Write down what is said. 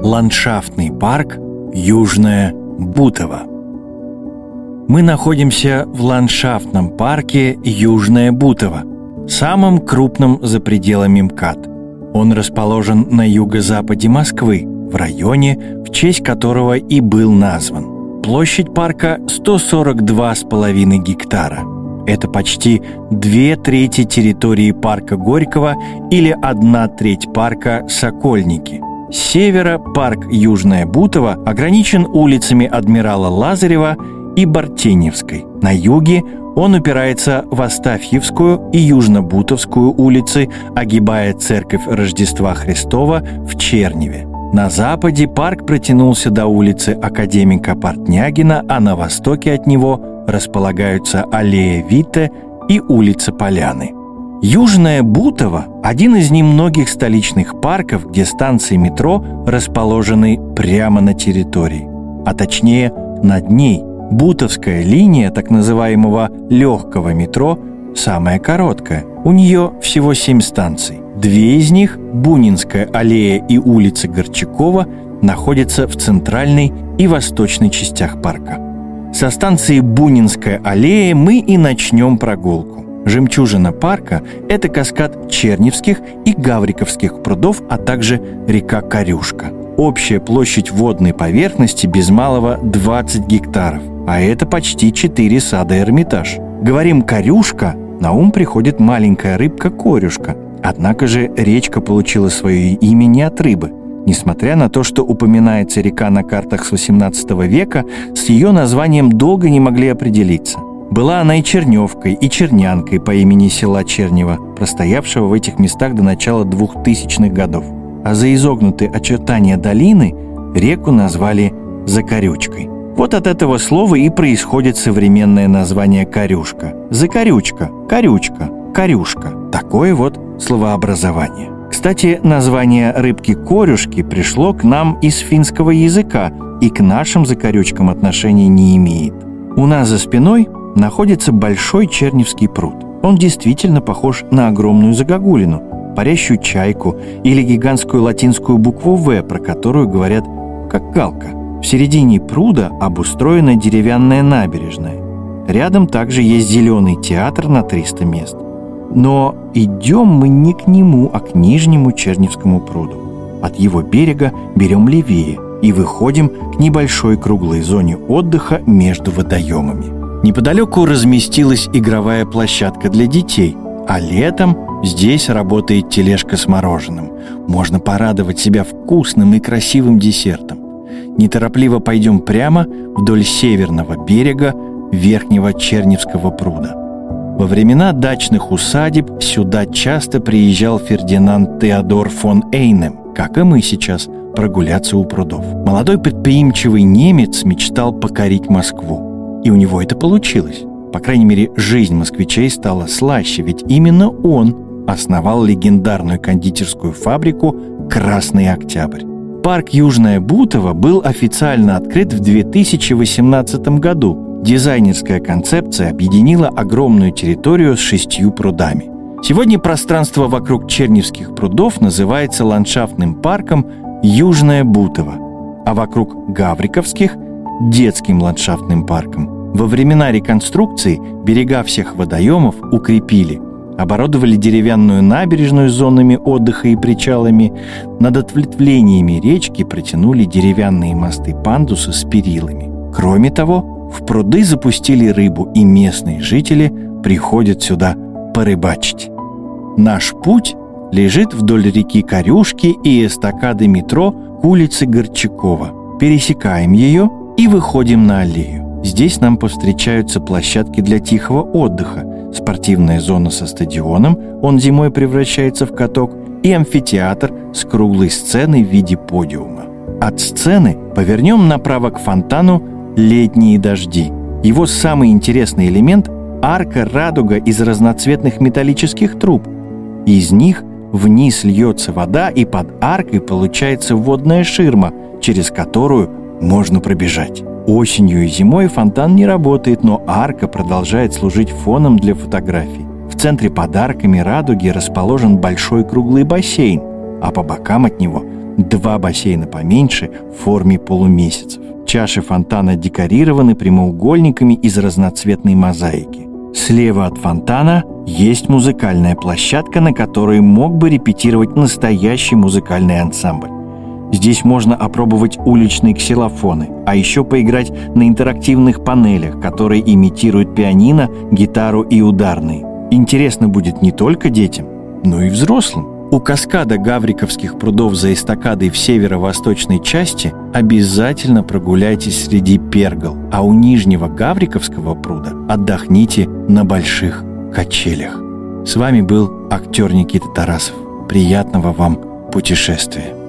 Ландшафтный парк Южное Бутово. Мы находимся в ландшафтном парке Южное Бутово, самом крупном за пределами МКАД. Он расположен на юго-западе Москвы, в районе, в честь которого и был назван. Площадь парка 142,5 гектара. Это почти 2/3 территории парка Горького или 1/3 парка Сокольники. С севера парк Южное Бутово ограничен улицами Адмирала Лазарева и Бартеневской. На юге он упирается в Астафьевскую и Южно-Бутовскую улицы, огибая церковь Рождества Христова в Черневе. На западе парк протянулся до улицы Академика Портнягина, а на востоке от него располагаются аллея Витте и улица Поляны. Южное Бутово – один из немногих столичных парков, где станции метро расположены прямо на территории, а точнее над ней. Бутовская линия так называемого легкого метро самая короткая. У нее всего 7 станций. 2 из них, Бунинская аллея и улица Горчакова, находятся в центральной и восточной частях парка. Со станции Бунинская аллея мы и начнем прогулку. Жемчужина парка – это каскад Черневских и Гавриковских прудов, а также река Корюшка. Общая площадь водной поверхности без малого 20 гектаров, а это почти 4 сада Эрмитаж. Говорим «Корюшка», на ум приходит маленькая рыбка-корюшка. Однако же речка получила свое имя не от рыбы. Несмотря на то, что упоминается река на картах с XVIII века, с ее названием долго не могли определиться. Была она и Черневкой, и Чернянкой по имени села Чернево, простоявшего в этих местах до начала 2000-х годов. А за изогнутые очертания долины реку назвали Закорючкой. Вот от этого слова и происходит современное название Корюшка. Закорючка, Корючка, Корюшка. Такое вот словообразование. Кстати, название рыбки-корюшки пришло к нам из финского языка и к нашим закорючкам отношения не имеет. У нас за спиной находится большой Черневский пруд. Он действительно похож на огромную загогулину, парящую чайку или гигантскую латинскую букву «В», про которую говорят как галка. В середине пруда обустроена деревянная набережная. Рядом также есть зеленый театр на 300 мест. Но идем мы не к нему, а к нижнему Черневскому пруду. От его берега берем левее и выходим к небольшой круглой зоне отдыха между водоемами. Неподалеку разместилась игровая площадка для детей, а летом здесь работает тележка с мороженым. Можно порадовать себя вкусным и красивым десертом. Неторопливо пойдем прямо вдоль северного берега Верхнего Черневского пруда. Во времена дачных усадеб сюда часто приезжал Фердинанд Теодор фон Эйнем, как и мы сейчас, прогуляться у прудов. Молодой предприимчивый немец мечтал покорить Москву. И у него это получилось. По крайней мере, жизнь москвичей стала слаще, ведь именно он основал легендарную кондитерскую фабрику «Красный Октябрь». Парк Южное Бутово был официально открыт в 2018 году. Дизайнерская концепция объединила огромную территорию с 6 прудами. Сегодня пространство вокруг Черневских прудов называется ландшафтным парком Южное Бутово, а вокруг Гавриковских – детским ландшафтным парком. Во времена реконструкции берега всех водоемов укрепили, оборудовали деревянную набережную с зонами отдыха и причалами, над ответвлениями речки протянули деревянные мосты-пандусы с перилами. Кроме того, в пруды запустили рыбу, и местные жители приходят сюда порыбачить. Наш путь лежит вдоль реки Корюшки и эстакады метро к улице Горчакова. Пересекаем ее и выходим на аллею. Здесь нам повстречаются площадки для тихого отдыха, спортивная зона со стадионом, он зимой превращается в каток, и амфитеатр с круглой сценой в виде подиума. От сцены повернем направо к фонтану «Летние дожди». Его самый интересный элемент – арка-радуга из разноцветных металлических труб. Из них вниз льется вода, и под аркой получается водная ширма, через которую можно пробежать. Осенью и зимой фонтан не работает, но арка продолжает служить фоном для фотографий. В центре под арками радуги расположен большой круглый бассейн, а по бокам от него 2 бассейна поменьше в форме полумесяцев. Чаши фонтана декорированы прямоугольниками из разноцветной мозаики. Слева от фонтана есть музыкальная площадка, на которой мог бы репетировать настоящий музыкальный ансамбль. Здесь можно опробовать уличные ксилофоны, а еще поиграть на интерактивных панелях, которые имитируют пианино, гитару и ударные. Интересно будет не только детям, но и взрослым. У каскада Гавриковских прудов за эстакадой в северо-восточной части обязательно прогуляйтесь среди пергол, а у нижнего Гавриковского пруда отдохните на больших качелях. С вами был актер Никита Тарасов. Приятного вам путешествия!